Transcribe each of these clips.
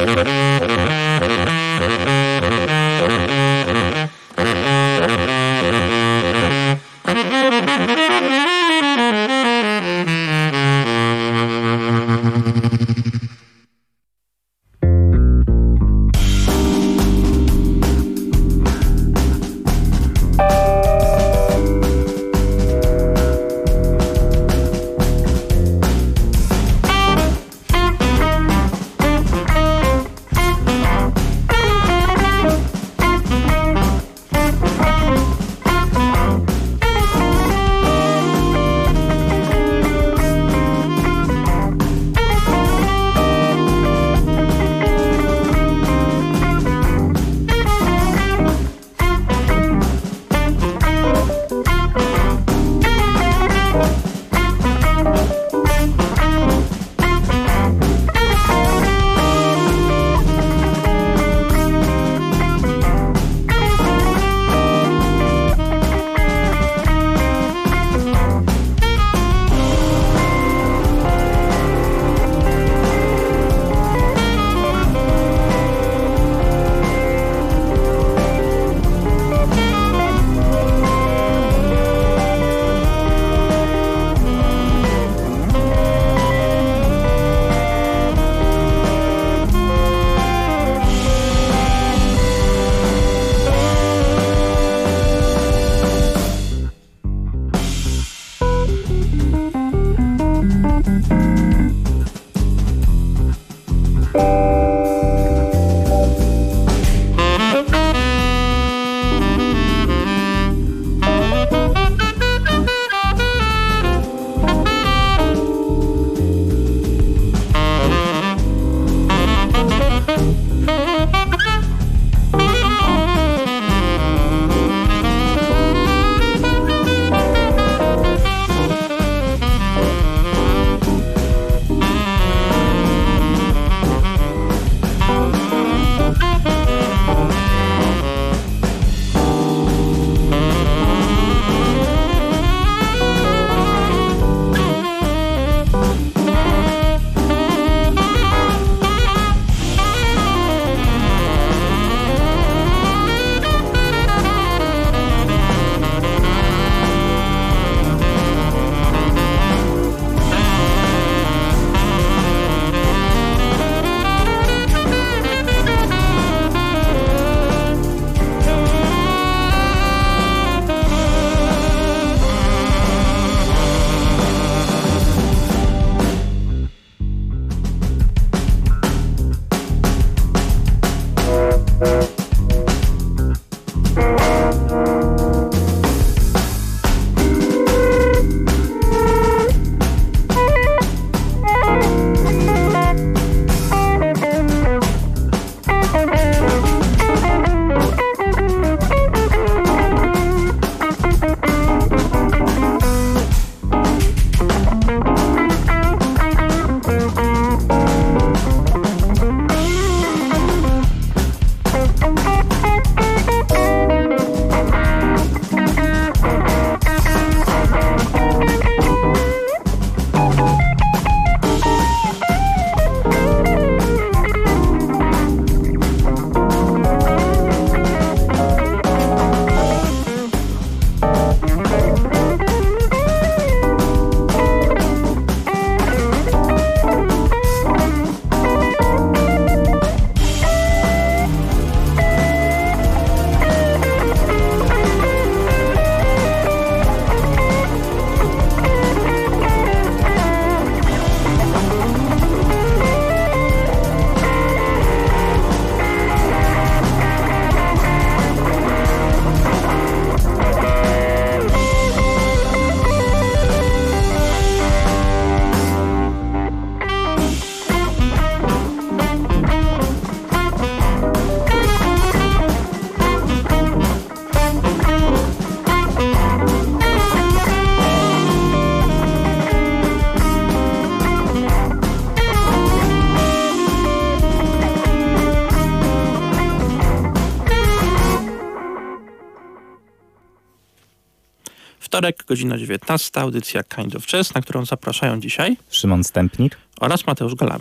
Wtorek, godzina 19, audycja Kind of Jazz, na którą zapraszają dzisiaj Szymon Stępnik oraz Mateusz Golami.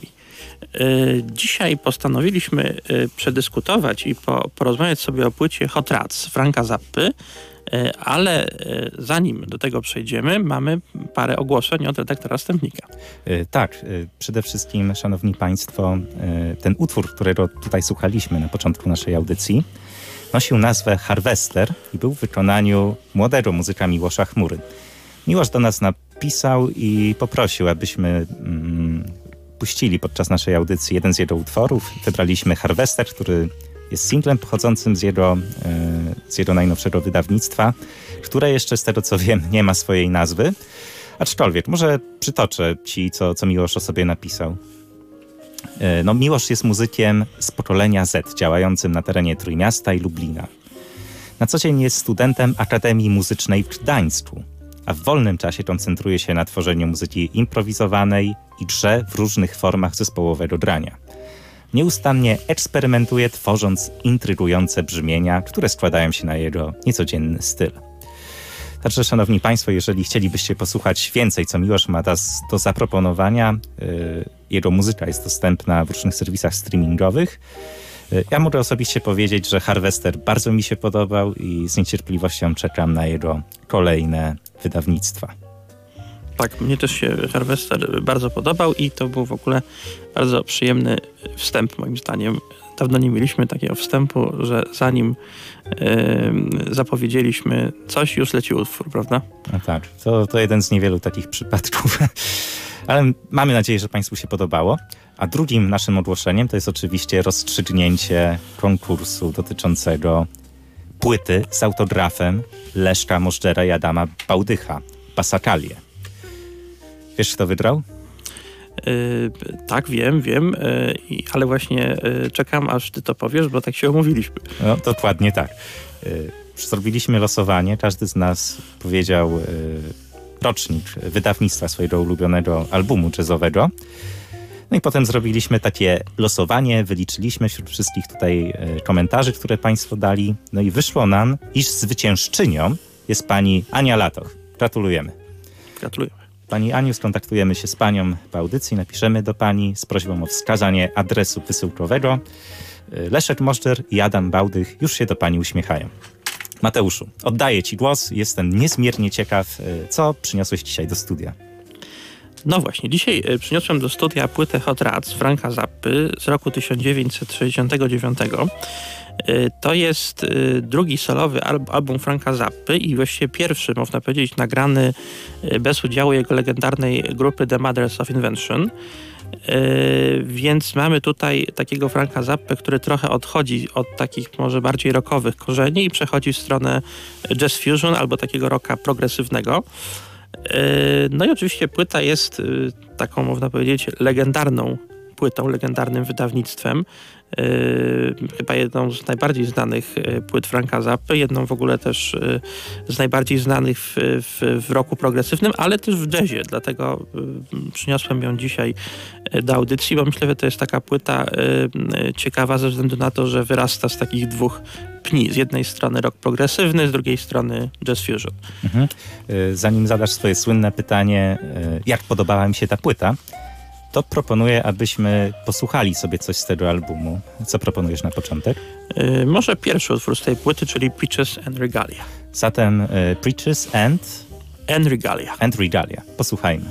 Dzisiaj postanowiliśmy przedyskutować i porozmawiać sobie o płycie Hot Rats Franka Zappy, ale zanim do tego przejdziemy, mamy parę ogłoszeń od redaktora Stępnika. Tak, przede wszystkim, szanowni państwo, ten utwór, którego tutaj słuchaliśmy na początku naszej audycji, nosił nazwę Harvester i był w wykonaniu młodego muzyka Miłosza Chmury. Miłosz do nas napisał i poprosił, abyśmy puścili podczas naszej audycji jeden z jego utworów. Wybraliśmy Harvester, który jest singlem pochodzącym z jego najnowszego wydawnictwa, które jeszcze z tego co wiem nie ma swojej nazwy. Aczkolwiek może przytoczę ci, co Miłosz o sobie napisał. No, Miłosz jest muzykiem z pokolenia Z, działającym na terenie Trójmiasta i Lublina. Na co dzień jest studentem Akademii Muzycznej w Gdańsku, a w wolnym czasie koncentruje się na tworzeniu muzyki improwizowanej i grze w różnych formach zespołowego grania. Nieustannie eksperymentuje, tworząc intrygujące brzmienia, które składają się na jego niecodzienny styl. Także, szanowni państwo, jeżeli chcielibyście posłuchać więcej, co Miłosz ma do zaproponowania, jego muzyka jest dostępna w różnych serwisach streamingowych. Ja mogę osobiście powiedzieć, że Harvester bardzo mi się podobał i z niecierpliwością czekam na jego kolejne wydawnictwa. Tak, mnie też się Harvester bardzo podobał i to był w ogóle bardzo przyjemny wstęp, moim zdaniem. Dawno nie mieliśmy takiego wstępu, że zanim zapowiedzieliśmy coś, już leci utwór, prawda? No tak, to jeden z niewielu takich przypadków. Ale mamy nadzieję, że państwu się podobało. A drugim naszym ogłoszeniem to jest oczywiście rozstrzygnięcie konkursu dotyczącego płyty z autografem Leszka Możdżera i Adama Bałdycha, Passacaglie. Wiesz, kto wygrał? Tak, wiem, ale właśnie czekam, aż ty to powiesz, bo tak się umówiliśmy. No, dokładnie tak. Zrobiliśmy losowanie, każdy z nas powiedział rocznik wydawnictwa swojego ulubionego albumu jazzowego. No i potem zrobiliśmy takie losowanie, wyliczyliśmy wśród wszystkich tutaj komentarzy, które państwo dali. No i wyszło nam, iż zwyciężczynią jest pani Ania Latoch. Gratulujemy. Gratulujemy. Pani Aniu, skontaktujemy się z panią po audycji, napiszemy do pani z prośbą o wskazanie adresu wysyłkowego. Leszek Możdżer i Adam Bałdych już się do pani uśmiechają. Mateuszu, oddaję ci głos. Jestem niezmiernie ciekaw, co przyniosłeś dzisiaj do studia. No właśnie, dzisiaj przyniosłem do studia płytę Hot Rats Franka Zappy z roku 1969. To jest drugi solowy album Franka Zappy i właściwie pierwszy, można powiedzieć, nagrany bez udziału jego legendarnej grupy The Mothers of Invention. Więc mamy tutaj takiego Franka Zappy, który trochę odchodzi od takich może bardziej rockowych korzeni i przechodzi w stronę jazz fusion albo takiego rocka progresywnego. No i oczywiście płyta jest taką, można powiedzieć, legendarną płytą, legendarnym wydawnictwem. Chyba jedną z najbardziej znanych płyt Franka Zappy, jedną w ogóle też z najbardziej znanych w rocku progresywnym, ale też w jazzie, dlatego przyniosłem ją dzisiaj do audycji, bo myślę, że to jest taka płyta ciekawa ze względu na to, że wyrasta z takich dwóch pni. Z jednej strony rock progresywny, z drugiej strony jazz fusion. Mhm. Zanim zadasz swoje słynne pytanie, jak podobała mi się ta płyta, to proponuję, abyśmy posłuchali sobie coś z tego albumu. Co proponujesz na początek? Może pierwszy utwór z tej płyty, czyli Peaches and Regalia. Zatem Peaches and Regalia. And Regalia. Posłuchajmy.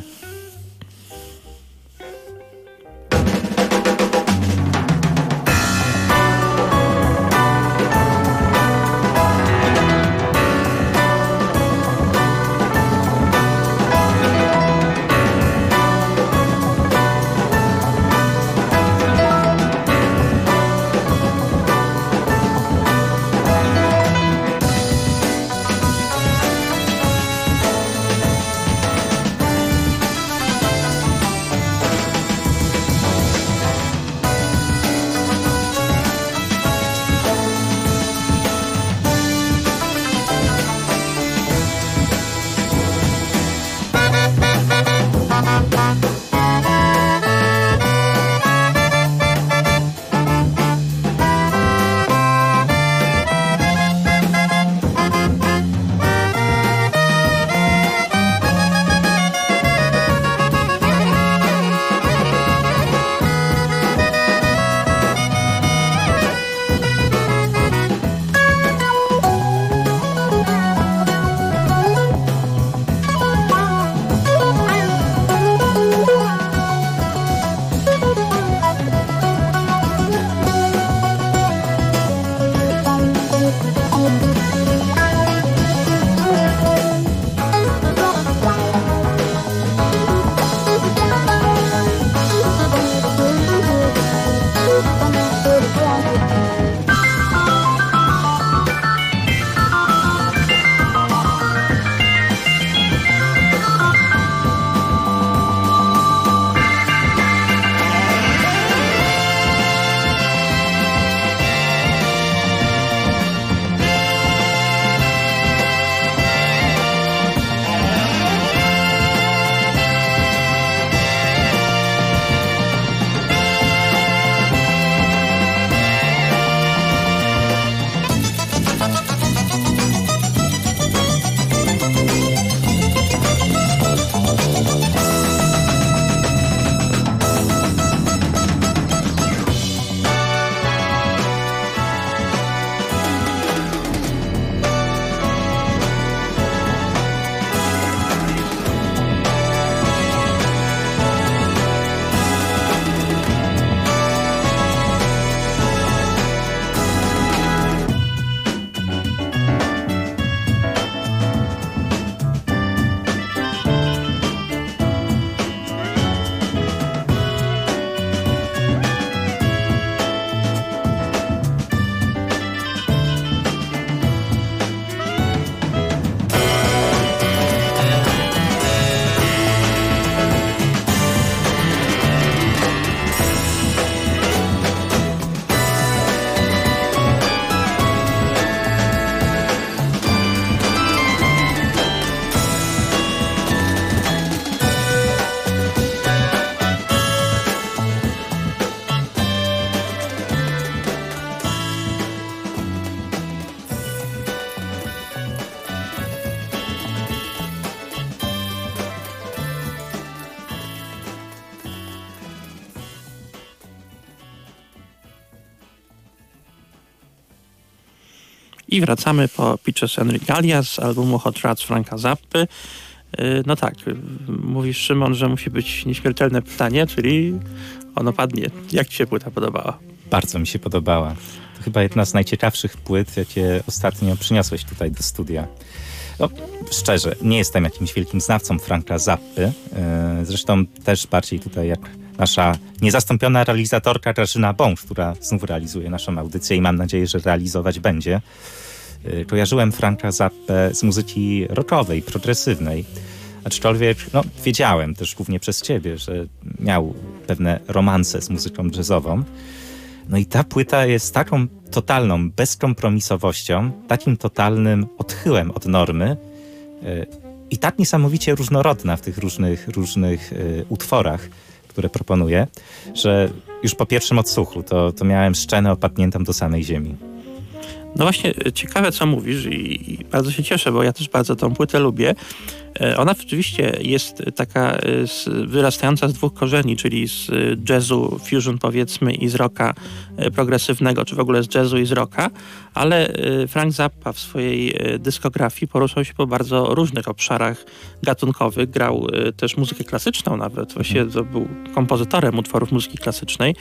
I wracamy po Peaches and Regalia z albumu Hot Rats Franka Zappy. No tak, mówisz, Szymon, że musi być nieśmiertelne pytanie, czyli ono padnie. Jak ci się płyta podobała? Bardzo mi się podobała. To chyba jedna z najciekawszych płyt, jakie ostatnio przyniosłeś tutaj do studia. No, szczerze, nie jestem jakimś wielkim znawcą Franka Zappy. Zresztą też bardziej tutaj jak nasza niezastąpiona realizatorka Grażyna Bąż, która znów realizuje naszą audycję i mam nadzieję, że realizować będzie. Kojarzyłem Franka Zappę z muzyki rockowej, progresywnej. Aczkolwiek wiedziałem też głównie przez ciebie, że miał pewne romanse z muzyką jazzową. No i ta płyta jest taką totalną bezkompromisowością, takim totalnym odchyłem od normy i tak niesamowicie różnorodna w tych różnych utworach, które proponuje, że już po pierwszym odsłuchu to miałem szczenę opadniętą do samej ziemi. No właśnie, ciekawe co mówisz i bardzo się cieszę, bo ja też bardzo tą płytę lubię. Ona rzeczywiście jest taka wyrastająca z dwóch korzeni, czyli z jazzu, fusion powiedzmy i z rocka progresywnego, czy w ogóle z jazzu i z rocka, ale Frank Zappa w swojej dyskografii poruszał się po bardzo różnych obszarach gatunkowych. Grał też muzykę klasyczną nawet, właściwie to był kompozytorem utworów muzyki klasycznej.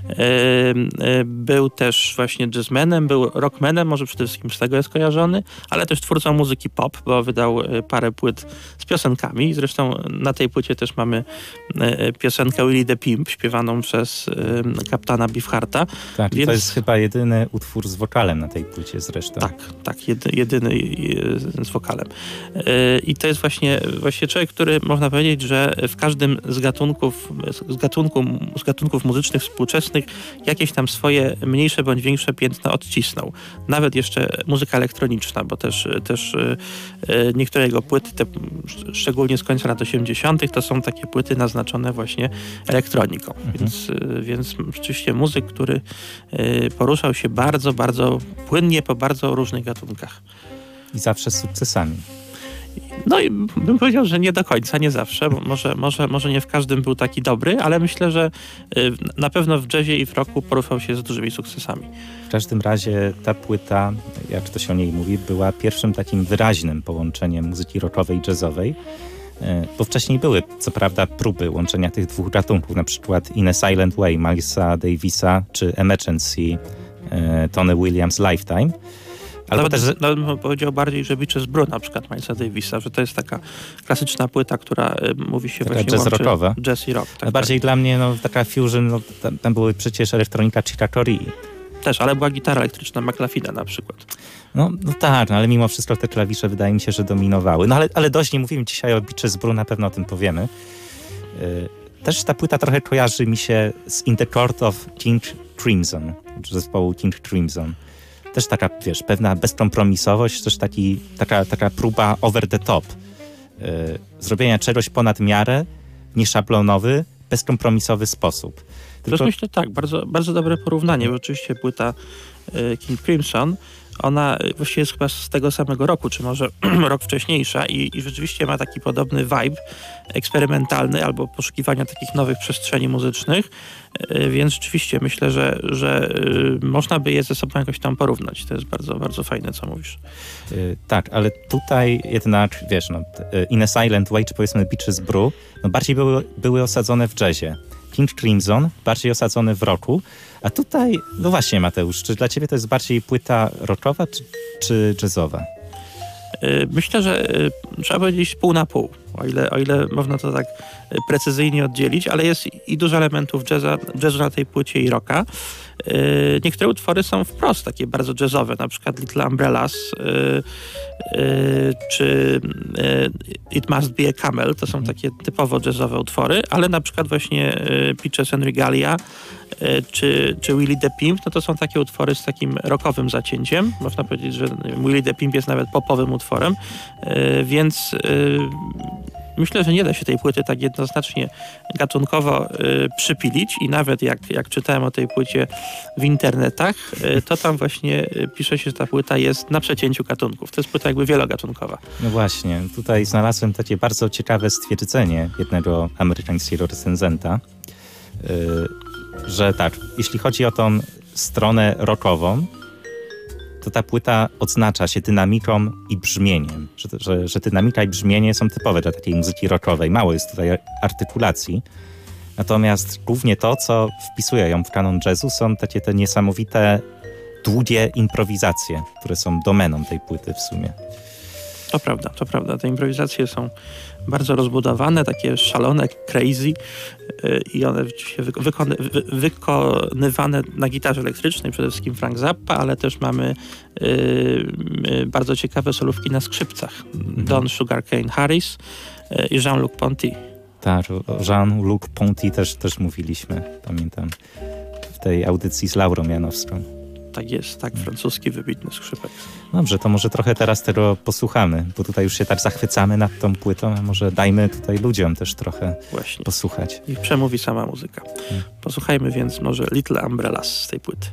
Był też właśnie jazzmenem, był rockmanem, może przede wszystkim z tego jest kojarzony, ale też twórcą muzyki pop, bo wydał parę płyt z piosenkami. Zresztą na tej płycie też mamy piosenkę Willie the Pimp, śpiewaną przez kapitana Beefhearta. Tak, więc to jest chyba jedyny utwór z wokalem na tej płycie zresztą. Tak, jedyny z wokalem. I to jest właśnie człowiek, który można powiedzieć, że w każdym z gatunków muzycznych współczesnych jakieś tam swoje mniejsze bądź większe piętno odcisnął. Nawet jeszcze muzyka elektroniczna, bo też niektóre jego płyty, szczególnie z końca lat 80. to są takie płyty naznaczone właśnie elektroniką. Więc rzeczywiście muzyk, który poruszał się bardzo, bardzo płynnie po bardzo różnych gatunkach. I zawsze z sukcesami. No i bym powiedział, że nie do końca, nie zawsze, bo może nie w każdym był taki dobry, ale myślę, że na pewno w jazzie i w rocku poruszał się z dużymi sukcesami. W każdym razie ta płyta, jak to się o niej mówi, była pierwszym takim wyraźnym połączeniem muzyki rockowej i jazzowej, bo wcześniej były, co prawda, próby łączenia tych dwóch gatunków, na przykład In a Silent Way Milesa Davisa czy Emergency Tony Williams Lifetime. Nawet bym powiedział bardziej, że Beaches Brew na przykład Milesa Davisa, że to jest taka klasyczna płyta, która mówi się taka właśnie jazz rockowa. Jazz i rock. Tak, bardziej dla mnie taka fusion, tam były przecież elektronika Chick Corea. Też, ale była gitara elektryczna McLaughlina na przykład. No tak, ale mimo wszystko te klawisze wydaje mi się, że dominowały. No ale dość nie mówimy dzisiaj o Beaches Brew, na pewno o tym powiemy. Też ta płyta trochę kojarzy mi się z In the Court of King Crimson, zespołu King Crimson. Też taka, pewna bezkompromisowość, też taka próba over the top. Zrobienia czegoś ponad miarę, nieszablonowy, bezkompromisowy sposób. Tylko... Myślę tak, bardzo, bardzo dobre porównanie, bo oczywiście płyta King Crimson, ona właściwie jest chyba z tego samego roku, czy może rok wcześniejsza i rzeczywiście ma taki podobny vibe eksperymentalny albo poszukiwania takich nowych przestrzeni muzycznych, więc rzeczywiście myślę, że można by je ze sobą jakoś tam porównać. To jest bardzo, bardzo fajne, co mówisz. Tak, ale tutaj jednak, In a Silent Way, czy powiedzmy Beaches Brew, bardziej były osadzone w jazzie. King Crimson bardziej osadzony w rocku, a tutaj, właśnie Mateusz, czy dla ciebie to jest bardziej płyta rockowa czy jazzowa? Myślę, że trzeba powiedzieć pół na pół, o ile można to tak precyzyjnie oddzielić, ale jest i dużo elementów jazzu na tej płycie i rocka. Niektóre utwory są wprost takie bardzo jazzowe, na przykład Little Umbrellas czy It Must Be a Camel, to są takie typowo jazzowe utwory, ale na przykład właśnie Peaches and Regalia czy Willie the Pimp, to są takie utwory z takim rockowym zacięciem. Można powiedzieć, że Willie the Pimp jest nawet popowym utworem, więc myślę, że nie da się tej płyty tak jednoznacznie gatunkowo przypilić i nawet jak czytałem o tej płycie w internetach, to tam właśnie pisze się, że ta płyta jest na przecięciu gatunków. To jest płyta jakby wielogatunkowa. No właśnie, tutaj znalazłem takie bardzo ciekawe stwierdzenie jednego amerykańskiego recenzenta, że tak, jeśli chodzi o tą stronę rockową, to ta płyta odznacza się dynamiką i brzmieniem. Że dynamika i brzmienie są typowe dla takiej muzyki rockowej. Mało jest tutaj artykulacji. Natomiast głównie to, co wpisuje ją w kanon jazzu, są takie te niesamowite, długie improwizacje, które są domeną tej płyty w sumie. To prawda. Te improwizacje są bardzo rozbudowane, takie szalone, crazy i one wykonywane na gitarze elektrycznej, przede wszystkim Frank Zappa, ale też mamy bardzo ciekawe solówki na skrzypcach. Don Sugarcane Harris i Jean-Luc Ponty. Tak, o Jean-Luc Ponty też mówiliśmy, pamiętam, w tej audycji z Laurą Janowską. Tak jest, tak, francuski wybitny skrzypek. Dobrze, to może trochę teraz tego posłuchamy, bo tutaj już się tak zachwycamy nad tą płytą, a może dajmy tutaj ludziom też trochę posłuchać. I przemówi sama muzyka. Posłuchajmy więc może Little Umbrellas z tej płyty.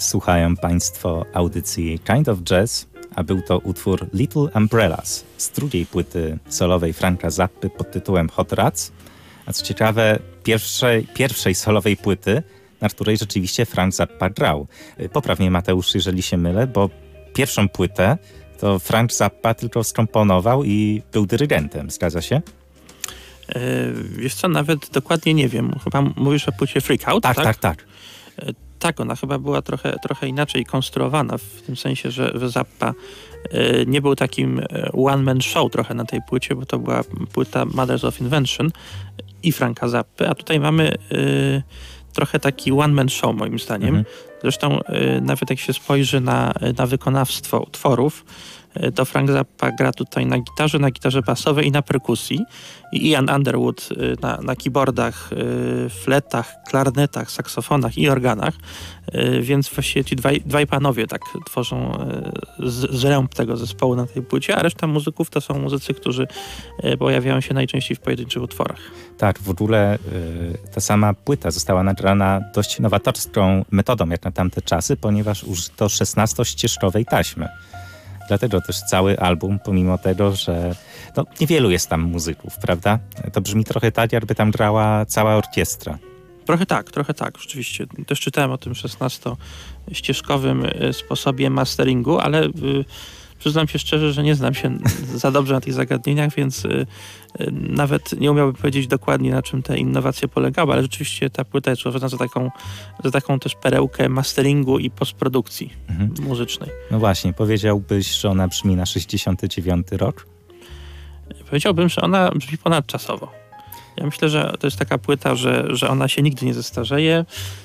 Słuchają Państwo audycji Kind of Jazz, a był to utwór Little Umbrellas z drugiej płyty solowej Franka Zappy pod tytułem Hot Rats. A co ciekawe, pierwszej solowej płyty, na której rzeczywiście Frank Zappa grał. Poprawnie, Mateusz, jeżeli się mylę, bo pierwszą płytę to Frank Zappa tylko skomponował i był dyrygentem. Zgadza się? Wiesz co, nawet dokładnie nie wiem. Chyba mówisz o płycie Freak Out, tak? Tak. Tak, ona chyba była trochę inaczej konstruowana, w tym sensie, że Zappa nie był takim one-man show trochę na tej płycie, bo to była płyta Mothers of Invention i Franka Zappy, a tutaj mamy trochę taki one-man show moim zdaniem. Zresztą nawet jak się spojrzy na wykonawstwo utworów, to Frank Zappa gra tutaj na gitarze basowej i na perkusji. I Ian Underwood na keyboardach, fletach, klarnetach, saksofonach i organach. Więc właściwie ci dwaj panowie tak tworzą zręb tego zespołu na tej płycie, a reszta muzyków to są muzycy, którzy pojawiają się najczęściej w pojedynczych utworach. Tak, w ogóle ta sama płyta została nagrana dość nowatorską metodą jak na tamte czasy, ponieważ użyto 16-ścieżkowej taśmy. Dlatego też cały album, pomimo tego, że niewielu jest tam muzyków, prawda? To brzmi trochę tak, jakby tam grała cała orkiestra. Trochę tak, rzeczywiście. Też czytałem o tym 16-ścieżkowym sposobie masteringu, ale przyznam się szczerze, że nie znam się za dobrze na tych zagadnieniach, więc nawet nie umiałbym powiedzieć dokładnie, na czym te innowacje polegały, ale rzeczywiście ta płyta jest uważana za taką też perełkę masteringu i postprodukcji muzycznej. No właśnie, powiedziałbyś, że ona brzmi na 69 rok? Powiedziałbym, że ona brzmi ponadczasowo. Ja myślę, że to jest taka płyta, że ona się nigdy nie zestarzeje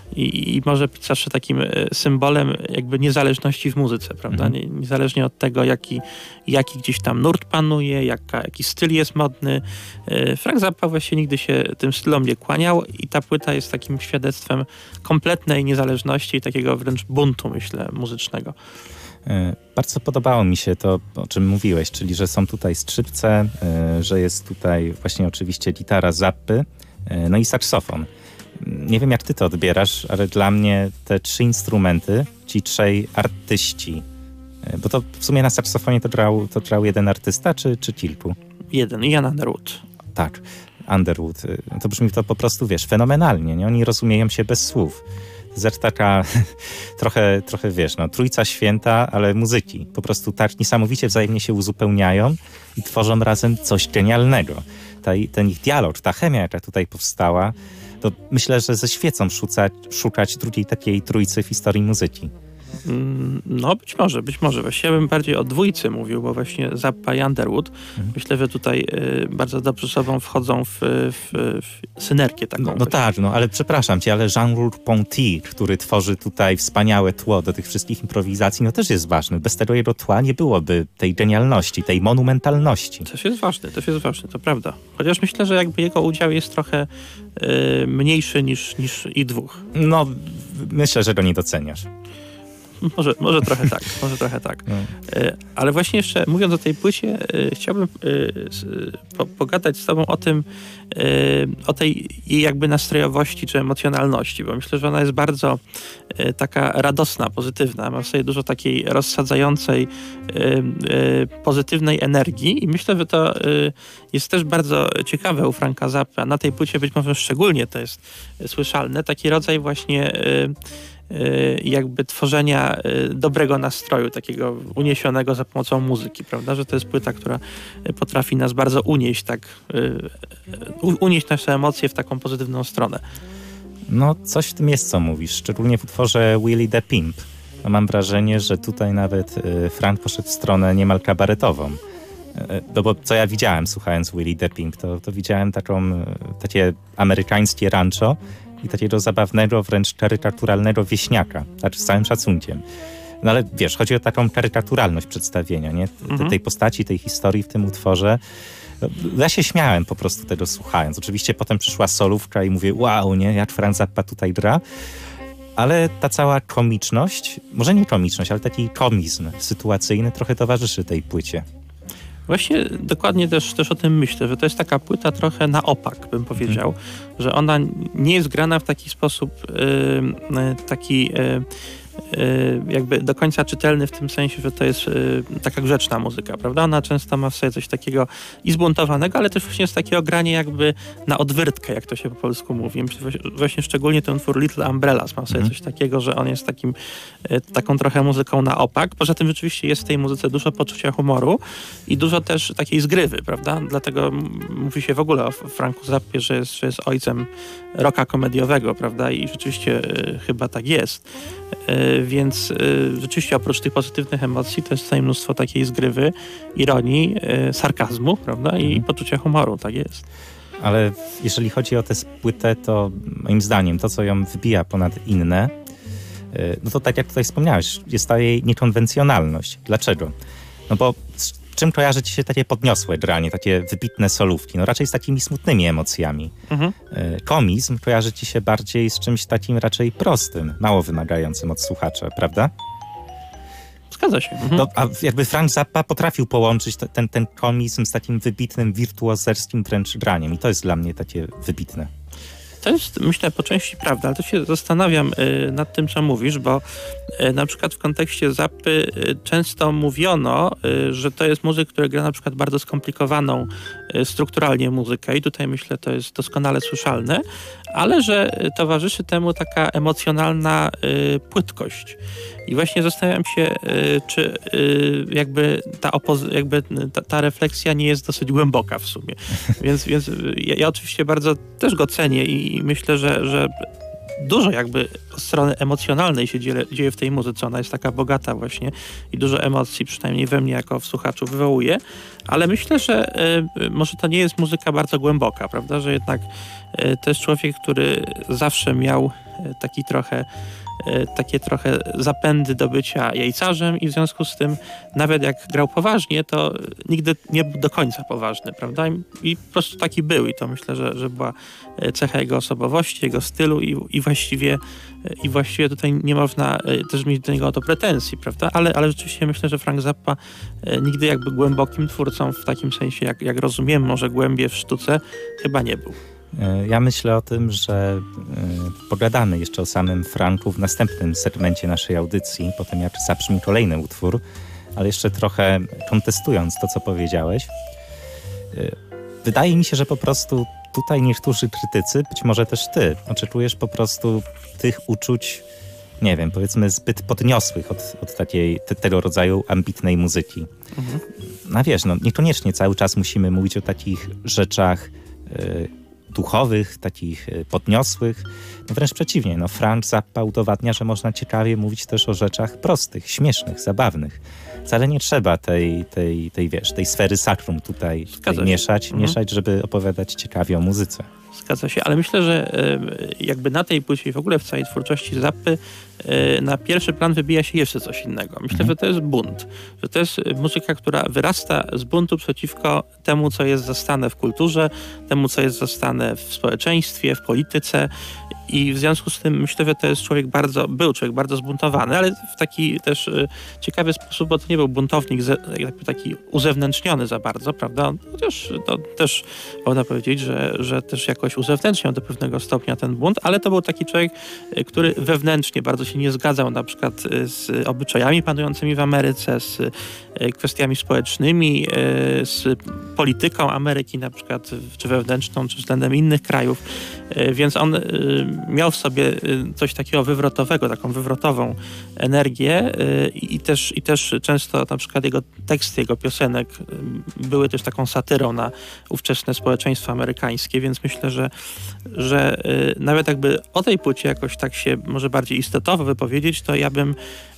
i może być zawsze takim symbolem jakby niezależności w muzyce, prawda? Niezależnie od tego, jaki gdzieś tam nurt panuje, jaki styl jest modny. Frank Zappa właśnie nigdy się tym stylom nie kłaniał i ta płyta jest takim świadectwem kompletnej niezależności i takiego wręcz buntu, myślę, muzycznego. Bardzo podobało mi się to, o czym mówiłeś, czyli że są tutaj skrzypce, że jest tutaj właśnie oczywiście gitara Zappy, no i saksofon. Nie wiem, jak ty to odbierasz, ale dla mnie te 3 instrumenty, ci 3 artyści, bo to w sumie na saksofonie to grał jeden artysta, czy kilku? Jeden, Ian Underwood. Tak, Underwood. To brzmi to po prostu, wiesz, fenomenalnie, nie? Oni rozumieją się bez słów. Zresztą taka trochę wiesz, trójca święta, ale muzyki. Po prostu tak niesamowicie wzajemnie się uzupełniają i tworzą razem coś genialnego. Ten ich dialog, ta chemia, jaka tutaj powstała, to myślę, że ze świecą szukać drugiej takiej trójcy w historii muzyki. No być może. Właściwie bym bardziej o dwójcy mówił, bo właśnie Zappa i Underwood myślę, że tutaj bardzo dobrze sobą wchodzą w synergię taką. No tak, ale przepraszam cię, ale Jean-Luc Ponty, który tworzy tutaj wspaniałe tło do tych wszystkich improwizacji, też jest ważny. Bez tego jego tła nie byłoby tej genialności, tej monumentalności. Też jest ważny, to prawda. Chociaż myślę, że jakby jego udział jest trochę mniejszy niż i dwóch. No, myślę, że go nie doceniasz. Może trochę tak. Ale właśnie jeszcze mówiąc o tej płycie, chciałbym pogadać z tobą o tej jej jakby nastrojowości czy emocjonalności, bo myślę, że ona jest bardzo taka radosna, pozytywna. Ma w sobie dużo takiej rozsadzającej, pozytywnej energii i myślę, że to jest też bardzo ciekawe u Franka Zappy, a na tej płycie być może szczególnie to jest słyszalne, taki rodzaj właśnie jakby tworzenia dobrego nastroju, takiego uniesionego za pomocą muzyki, prawda? Że to jest płyta, która potrafi nas bardzo unieść, unieść nasze emocje w taką pozytywną stronę. No, coś w tym jest, co mówisz, szczególnie w utworze Willie the Pimp. No, mam wrażenie, że tutaj nawet Frank poszedł w stronę niemal kabaretową. No bo co ja widziałem, słuchając Willie the Pimp, to widziałem takie amerykańskie rancho i takiego zabawnego, wręcz karykaturalnego wieśniaka, z całym szacunkiem. No ale wiesz, chodzi o taką karykaturalność przedstawienia, nie? Tej postaci, tej historii w tym utworze. Ja się śmiałem po prostu tego słuchając. Oczywiście potem przyszła solówka i mówię, wow, nie, jak Frank Zappa tutaj gra. Ale ta cała komiczność, może nie komiczność, ale taki komizm sytuacyjny trochę towarzyszy tej płycie. Właśnie dokładnie też o tym myślę, że to jest taka płyta trochę na opak, bym powiedział, że ona nie jest grana w taki sposób jakby do końca czytelny w tym sensie, że to jest taka grzeczna muzyka, prawda? Ona często ma w sobie coś takiego i zbuntowanego, ale też właśnie z takiego grania jakby na odwyrtkę, jak to się po polsku mówi. Właśnie szczególnie ten utwór Little Umbrellas ma w sobie coś takiego, że on jest taką trochę muzyką na opak. Poza tym rzeczywiście jest w tej muzyce dużo poczucia humoru i dużo też takiej zgrywy, prawda? Dlatego mówi się w ogóle o Franku Zappie, że jest ojcem rocka komediowego, prawda? I rzeczywiście chyba tak jest. Więc rzeczywiście oprócz tych pozytywnych emocji to jest tutaj mnóstwo takiej zgrywy, ironii, sarkazmu, prawda? I poczucia humoru, tak jest. Ale jeżeli chodzi o tę płytę, to moim zdaniem to, co ją wybija ponad inne, no to tak jak tutaj wspomniałeś, jest ta jej niekonwencjonalność. Dlaczego? No bo z czym kojarzy ci się takie podniosłe granie, takie wybitne solówki? No raczej z takimi smutnymi emocjami. Komizm kojarzy ci się bardziej z czymś takim raczej prostym, mało wymagającym od słuchacza, prawda? Zgadza się. No, a jakby Frank Zappa potrafił połączyć ten komizm z takim wybitnym, wirtuozerskim wręcz graniem i to jest dla mnie takie wybitne. To jest, myślę, po części prawda, ale to się zastanawiam nad tym, co mówisz, bo na przykład w kontekście Zappy często mówiono, że to jest muzyk, który gra na przykład bardzo skomplikowaną strukturalnie muzykę i tutaj myślę, to jest doskonale słyszalne, ale że towarzyszy temu taka emocjonalna płytkość. I właśnie zastanawiam się, czy jakby ta refleksja nie jest dosyć głęboka w sumie. Więc ja oczywiście bardzo też go cenię i myślę, że dużo jakby od strony emocjonalnej się dzieje w tej muzyce. Ona jest taka bogata właśnie i dużo emocji, przynajmniej we mnie jako w słuchaczu wywołuje, ale myślę, że może to nie jest muzyka bardzo głęboka, prawda, że jednak to jest człowiek, który zawsze miał takie trochę zapędy do bycia jajcarzem i w związku z tym nawet jak grał poważnie, to nigdy nie był do końca poważny, prawda? I po prostu taki był i to myślę, że była cecha jego osobowości, jego stylu i właściwie tutaj nie można też mieć do niego o to pretensji, prawda? Ale rzeczywiście myślę, że Frank Zappa nigdy jakby głębokim twórcą w takim sensie, jak rozumiem, może głębie w sztuce, chyba nie był. Ja myślę o tym, że pogadamy jeszcze o samym Franku w następnym segmencie naszej audycji, potem jak zabrzmi kolejny utwór, ale jeszcze trochę kontestując to, co powiedziałeś. Wydaje mi się, że po prostu tutaj niektórzy krytycy, być może też ty, oczekujesz po prostu tych uczuć, nie wiem, powiedzmy zbyt podniosłych od tego rodzaju ambitnej muzyki. No wiesz, niekoniecznie cały czas musimy mówić o takich rzeczach duchowych, takich podniosłych. No wręcz przeciwnie, Frank Zappa udowadnia, że można ciekawie mówić też o rzeczach prostych, śmiesznych, zabawnych. Wcale nie trzeba tej sfery sakrum tutaj mieszać, żeby opowiadać ciekawie o muzyce. Zgadza się, ale myślę, że jakby na tej płycie i w ogóle w całej twórczości Zappy na pierwszy plan wybija się jeszcze coś innego. Myślę, że to jest bunt. Że to jest muzyka, która wyrasta z buntu przeciwko temu, co jest zastane w kulturze, temu, co jest zastane w społeczeństwie, w polityce i w związku z tym myślę, że to jest był człowiek bardzo zbuntowany, ale w taki też ciekawy sposób, bo to nie był buntownik jakby taki uzewnętrzniony za bardzo, prawda? Chociaż to też można powiedzieć, że też jakoś uzewnętrzniał do pewnego stopnia ten bunt, ale to był taki człowiek, który wewnętrznie bardzo się nie zgadzał na przykład z obyczajami panującymi w Ameryce, z kwestiami społecznymi, z polityką Ameryki na przykład, czy wewnętrzną, czy względem innych krajów. Więc on miał w sobie coś takiego wywrotowego, taką wywrotową energię i też często na przykład jego teksty, jego piosenek były też taką satyrą na ówczesne społeczeństwo amerykańskie, więc myślę, że nawet jakby o tej płycie jakoś tak się może bardziej istotowo wypowiedzieć, to ja bym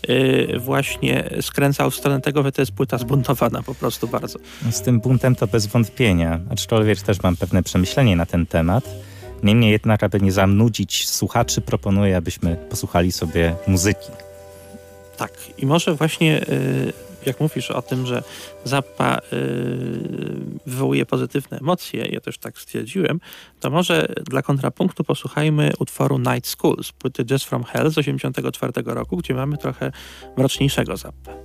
właśnie skręcał w stronę tego, że to jest płyta zbuntowana po prostu bardzo. Z tym buntem to bez wątpienia, aczkolwiek też mam pewne przemyślenie na ten temat. Niemniej jednak, aby nie zanudzić słuchaczy, proponuję, abyśmy posłuchali sobie muzyki. Tak, i może właśnie jak mówisz o tym, że Zappa wywołuje pozytywne emocje, ja też tak stwierdziłem, to może dla kontrapunktu posłuchajmy utworu Night School z płyty Jazz from Hell z 1984 roku, gdzie mamy trochę mroczniejszego Zappę.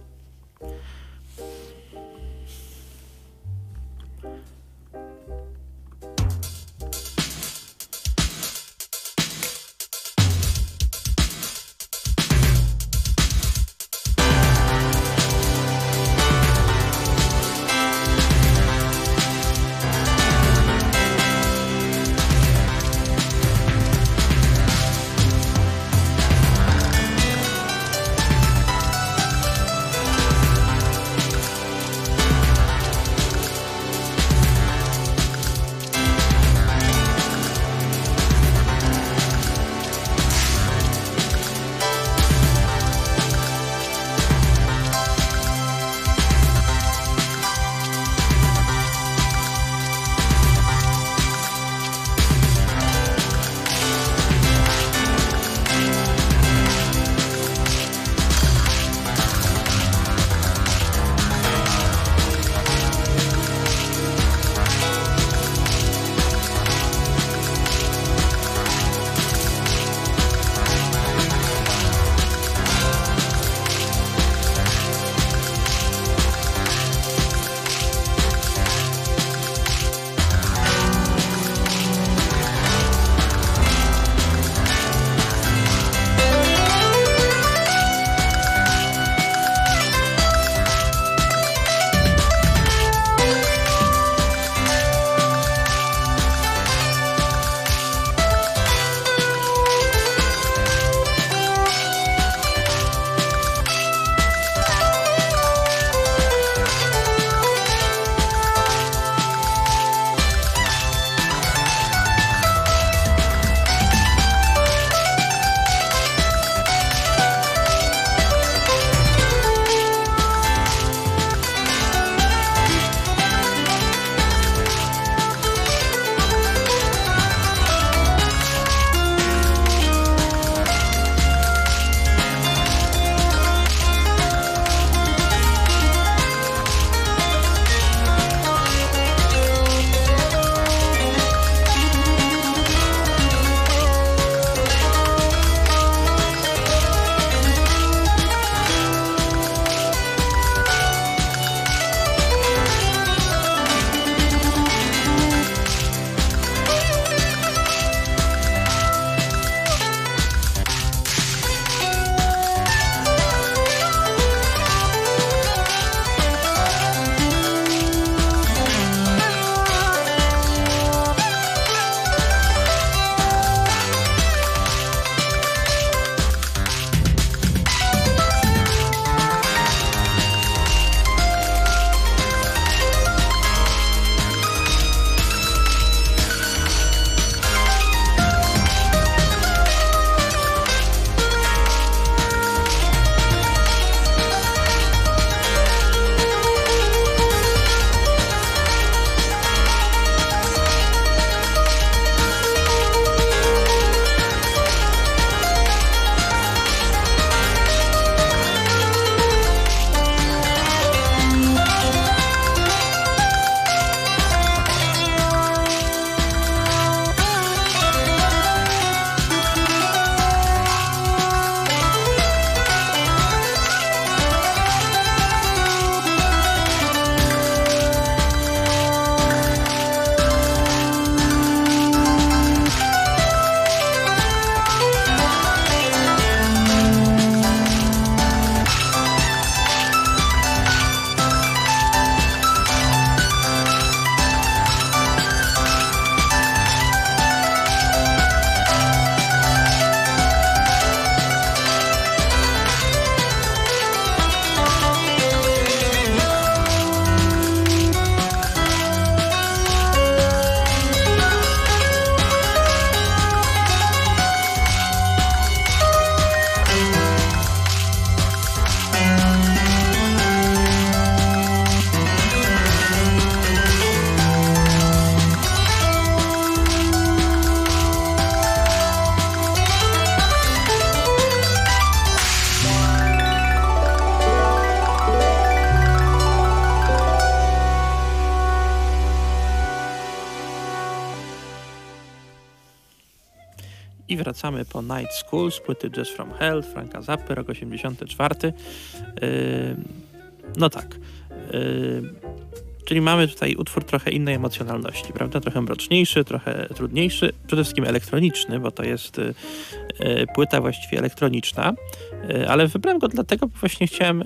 I wracamy po Night School z płyty Jazz from Hell Franka Zappy, rok 84. No tak. Czyli mamy tutaj utwór trochę innej emocjonalności, prawda? Trochę mroczniejszy, trochę trudniejszy, przede wszystkim elektroniczny, bo to jest płyta właściwie elektroniczna, ale wybrałem go dlatego, bo właśnie chciałem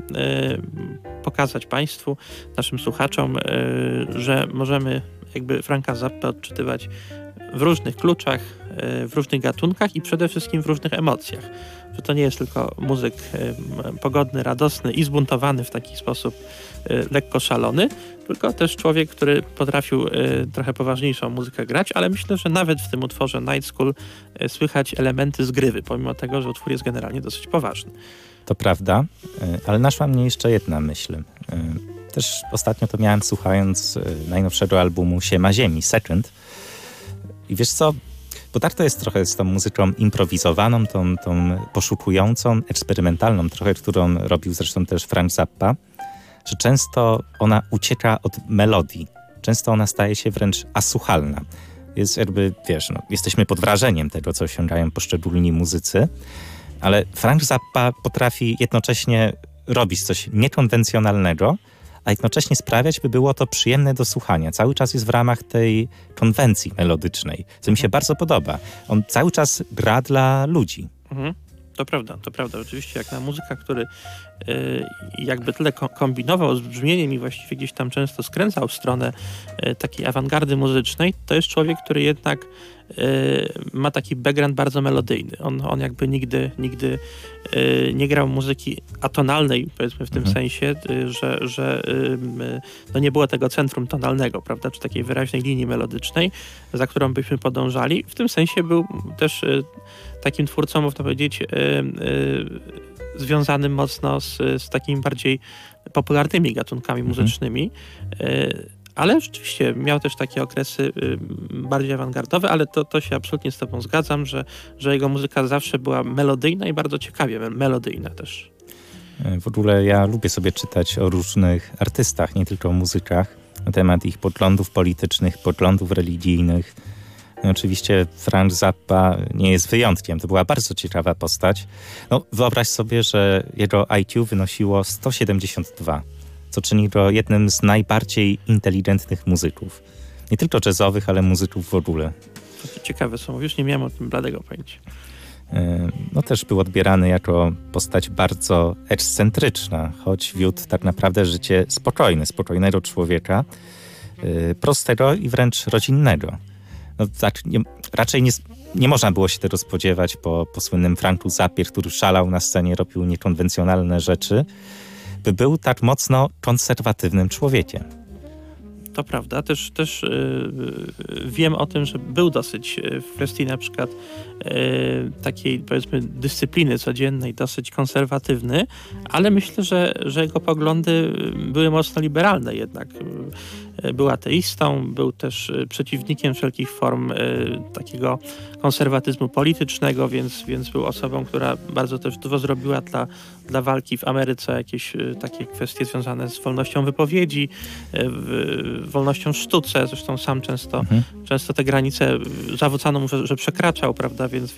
pokazać Państwu, naszym słuchaczom, że możemy jakby Franka Zappę odczytywać w różnych kluczach, w różnych gatunkach i przede wszystkim w różnych emocjach. Że to nie jest tylko muzyk pogodny, radosny i zbuntowany w taki sposób lekko szalony, tylko też człowiek, który potrafił trochę poważniejszą muzykę grać, ale myślę, że nawet w tym utworze Night School słychać elementy zgrywy, pomimo tego, że utwór jest generalnie dosyć poważny. To prawda, ale naszła mnie jeszcze jedna myśl. Też ostatnio to miałem słuchając najnowszego albumu Siema Ziemi, Second. I wiesz co, bo tak to jest trochę z tą muzyką improwizowaną, tą poszukującą, eksperymentalną trochę, którą robił zresztą też Frank Zappa, że często ona ucieka od melodii. Często ona staje się wręcz asłuchalna. Jest jakby, wiesz, jesteśmy pod wrażeniem tego, co osiągają poszczególni muzycy, ale Frank Zappa potrafi jednocześnie robić coś niekonwencjonalnego, a jednocześnie sprawiać, by było to przyjemne do słuchania. Cały czas jest w ramach tej konwencji melodycznej, co mi się bardzo podoba. On cały czas gra dla ludzi. Mhm. To prawda. Oczywiście jak na muzyka, który jakby tyle kombinował z brzmieniem i właściwie gdzieś tam często skręcał w stronę takiej awangardy muzycznej, to jest człowiek, który jednak ma taki background bardzo melodyjny. On jakby nigdy nie grał muzyki atonalnej, powiedzmy w tym sensie, że no nie było tego centrum tonalnego, prawda, czy takiej wyraźnej linii melodycznej, za którą byśmy podążali. W tym sensie był też takim twórcą, można powiedzieć, związanym mocno z takimi bardziej popularnymi gatunkami muzycznymi. Ale rzeczywiście miał też takie okresy bardziej awangardowe, ale to się absolutnie z tobą zgadzam, że jego muzyka zawsze była melodyjna i bardzo ciekawie melodyjna też. W ogóle ja lubię sobie czytać o różnych artystach, nie tylko o muzykach, na temat ich poglądów politycznych, poglądów religijnych. No, oczywiście Frank Zappa nie jest wyjątkiem. To była bardzo ciekawa postać. No, wyobraź sobie, że jego IQ wynosiło 172. Co czyni go jednym z najbardziej inteligentnych muzyków. Nie tylko jazzowych, ale muzyków w ogóle. To ciekawe są, już nie miałem o tym bladego pojęcia. No też był odbierany jako postać bardzo ekscentryczna, choć wiódł tak naprawdę życie spokojnego człowieka, prostego i wręcz rodzinnego. No, raczej nie można było się tego spodziewać po słynnym Franku Zappie, który szalał na scenie, robił niekonwencjonalne rzeczy, by był tak mocno konserwatywnym człowiekiem. To prawda. Też wiem o tym, że był dosyć w kwestii na przykład takiej, powiedzmy, dyscypliny codziennej dosyć konserwatywny, ale myślę, że jego poglądy były mocno liberalne jednak. Był ateistą, był też przeciwnikiem wszelkich form takiego konserwatyzmu politycznego, więc był osobą, która bardzo też dużo zrobiła dla walki w Ameryce, jakieś takie kwestie związane z wolnością wypowiedzi, wolnością w sztuce. Zresztą sam często te granice zawócano mu, że przekraczał, prawda, więc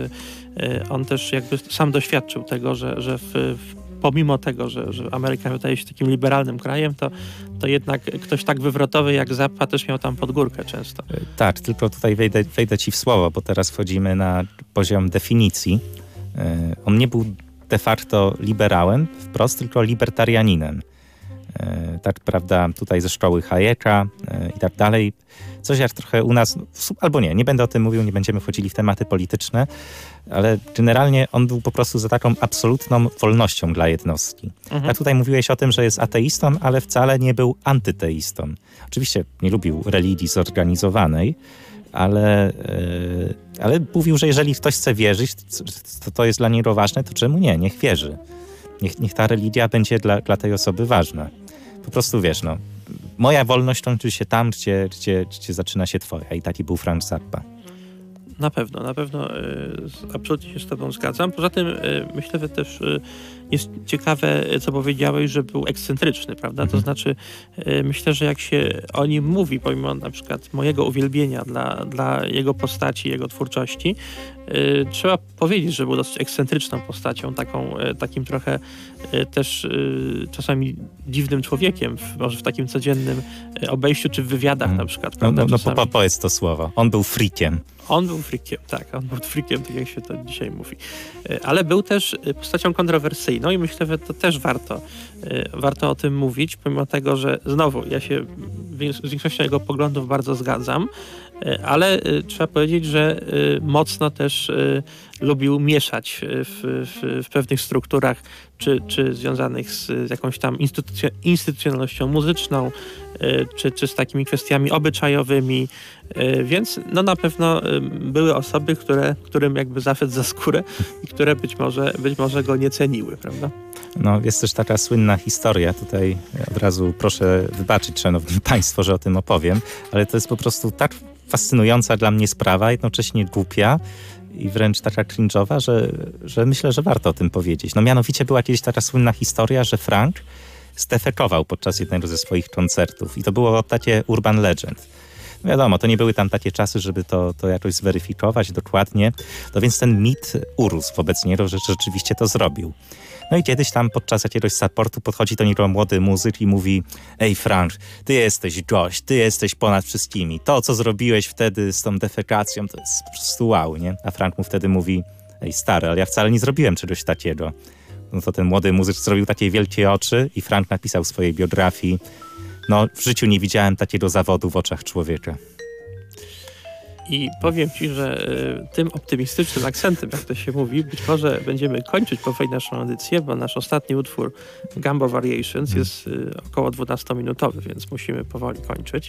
on też jakby sam doświadczył tego, że pomimo tego, że Ameryka wydaje się takim liberalnym krajem, to jednak ktoś tak wywrotowy jak Zappa też miał tam podgórkę często. Tak, tylko tutaj wejdę ci w słowo, bo teraz wchodzimy na poziom definicji. On nie był de facto liberałem wprost, tylko libertarianinem. Tak, prawda, tutaj ze szkoły Hayeka i tak dalej. Coś jak trochę u nas, albo nie będę o tym mówił, nie będziemy wchodzili w tematy polityczne, ale generalnie on był po prostu za taką absolutną wolnością dla jednostki. A tutaj mówiłeś o tym, że jest ateistą, ale wcale nie był antyteistą. Oczywiście nie lubił religii zorganizowanej, ale mówił, że jeżeli ktoś chce wierzyć, to jest dla niego ważne, to czemu nie? Niech wierzy. Niech ta religia będzie dla tej osoby ważna. Po prostu wiesz, moja wolność kończy się tam, gdzie zaczyna się twoja. I taki był Frank Zappa. Na pewno absolutnie się z tobą zgadzam. Poza tym myślę, że też jest ciekawe, co powiedziałeś, że był ekscentryczny, prawda? To znaczy myślę, że jak się o nim mówi, pomimo na przykład mojego uwielbienia dla jego postaci, jego twórczości, trzeba powiedzieć, że był dosyć ekscentryczną postacią, takim trochę też czasami dziwnym człowiekiem, może w takim codziennym obejściu, czy w wywiadach na przykład. Prawda? Powiedz to słowo. On był freakiem. On był freakiem, tak. On był freakiem, tak jak się to dzisiaj mówi. Ale był też postacią kontrowersyjną i myślę, że to też warto o tym mówić, pomimo tego, że znowu ja się z większością jego poglądów bardzo zgadzam, ale trzeba powiedzieć, że mocno też lubił mieszać w pewnych strukturach, czy związanych z jakąś tam instytucjonalnością muzyczną, czy z takimi kwestiami obyczajowymi, więc no na pewno były osoby, którym jakby zaszedł za skórę i które być może go nie ceniły, prawda? No, jest też taka słynna historia, tutaj od razu proszę wybaczyć, szanowni państwo, że o tym opowiem, ale to jest po prostu tak fascynująca dla mnie sprawa, jednocześnie głupia i wręcz taka cringe'owa, że myślę, że warto o tym powiedzieć. No mianowicie była kiedyś taka słynna historia, że Frank zdefekował podczas jednego ze swoich koncertów i to było takie urban legend. No wiadomo, to nie były tam takie czasy, żeby to jakoś zweryfikować dokładnie, no więc ten mit urósł wobec niego, że rzeczywiście to zrobił. No i kiedyś tam podczas jakiegoś supportu podchodzi do niego młody muzyk i mówi: ej Frank, ty jesteś gość, ty jesteś ponad wszystkimi. To, co zrobiłeś wtedy z tą defekacją, to jest po prostu wow, nie? A Frank mu wtedy mówi: ej stary, ale ja wcale nie zrobiłem czegoś takiego. No to ten młody muzyk zrobił takie wielkie oczy i Frank napisał w swojej biografii: no w życiu nie widziałem takiego zawodu w oczach człowieka. I powiem ci, że tym optymistycznym akcentem, jak to się mówi, być może będziemy kończyć powoli naszą audycję, bo nasz ostatni utwór Gumbo Variations jest około 12-minutowy, więc musimy powoli kończyć.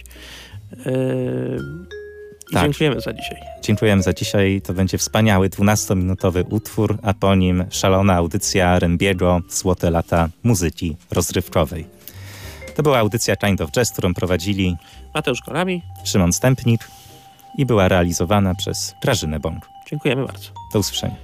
I tak. Dziękujemy za dzisiaj. Dziękujemy za dzisiaj. To będzie wspaniały 12-minutowy utwór, a po nim szalona audycja Rembiego Złote lata muzyki rozrywkowej. To była audycja Kind of Jazz, którą prowadzili Mateusz Golami, Szymon Stępnik i była realizowana przez Grażynę Bąk. Dziękujemy bardzo. Do usłyszenia.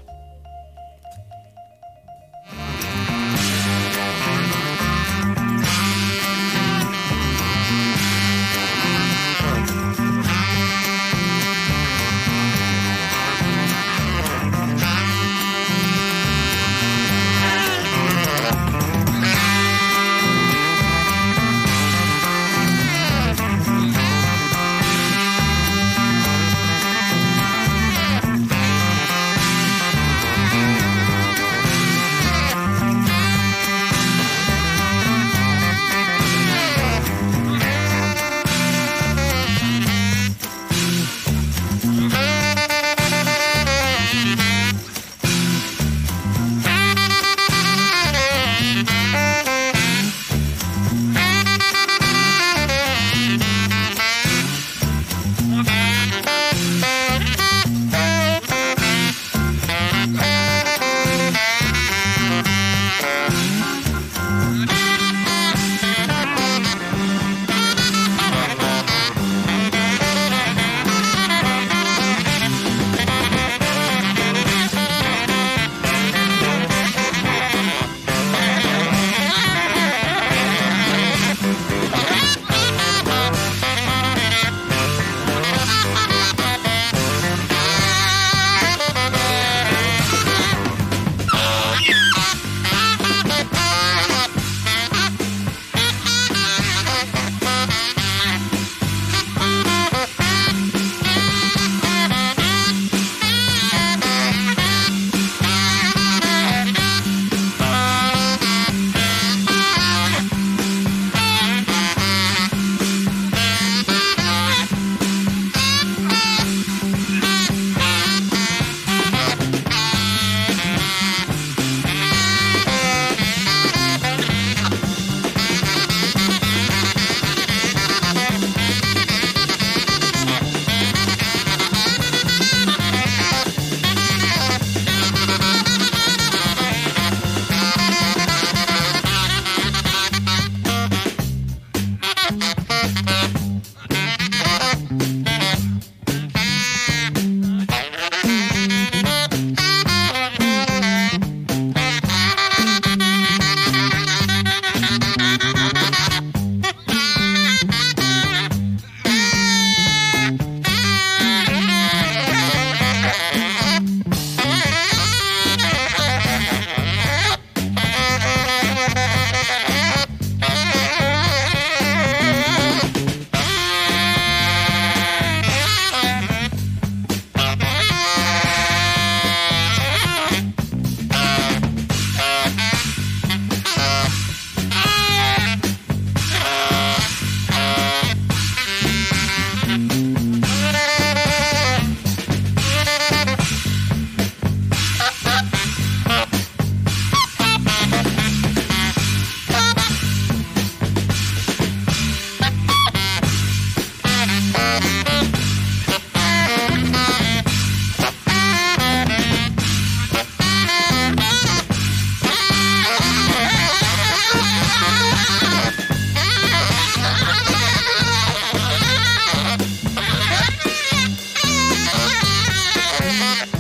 Thank you.